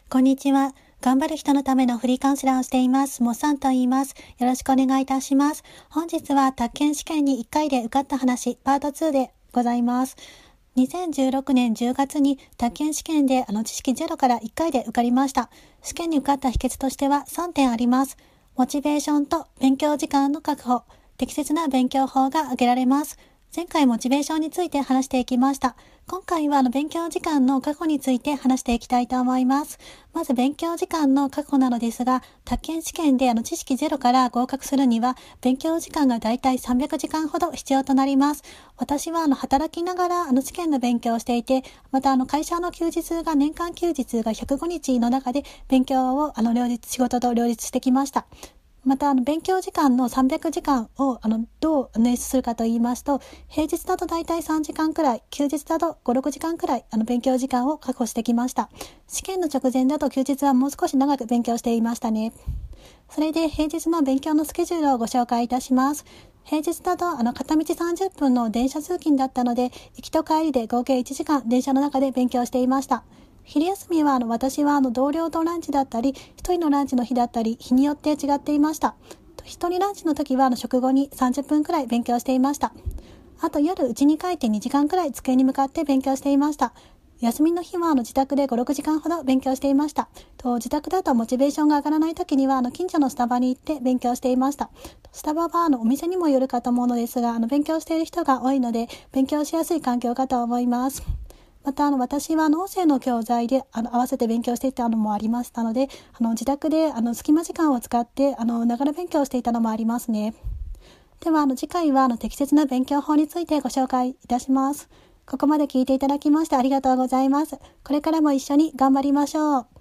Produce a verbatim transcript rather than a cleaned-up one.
こんにちは。頑張る人のためのフリーカウンセラーをしています。もっさんと言います。よろしくお願いいたします。本日は宅建試験にいっかいで受かった話、パートツーでございます。にせんじゅうろくねんじゅうがつに宅建試験であの知識ゼロからいっかいで受かりました。試験に受かった秘訣としてはさんてんあります。モチベーションと勉強時間の確保、適切な勉強法が挙げられます。前回モチベーションについて話していきました。今回はあの勉強時間の確保について話していきたいと思います。まず勉強時間の確保なのですが、宅建試験であの知識ゼロから合格するには勉強時間がだいたいさんびゃくじかんほど必要となります。私はあの働きながらあの試験の勉強をしていて、またあの会社の休日が年間休日がひゃくごにちの中で勉強をあの両立仕事と両立してきました。またあの勉強時間のさんびゃくじかんをあのどう捻出するかと言いますと、平日だとだいたいさんじかんくらい、休日だとご、ろくじかんくらいあの勉強時間を確保してきました。試験の直前だと休日はもう少し長く勉強していましたね。それで平日の勉強のスケジュールをご紹介いたします。平日だとあの片道さんじゅっぷんの電車通勤だったので、行きと帰りで合計いちじかん電車の中で勉強していました。昼休みはあの私はあの同僚とランチだったり、一人のランチの日だったり、日によって違っていました。一人ランチの時はあの食後にさんじゅっぷんくらい勉強していました。あと夜家に帰ってにじかんくらい机に向かって勉強していました。休みの日はあの自宅でご、ろくじかんほど勉強していました。と自宅だとモチベーションが上がらない時にはあの近所のスタバに行って勉強していました。スタバはあのお店にもよるかと思うのですが、あの勉強している人が多いので勉強しやすい環境かと思います。またあの私はあの音声の教材であの合わせて勉強していたのもありましたので、あの自宅であの隙間時間を使ってあのながら勉強していたのもありますね。ではあの次回はあの適切な勉強法についてご紹介いたします。ここまで聞いていただきましてありがとうございます。これからも一緒に頑張りましょう。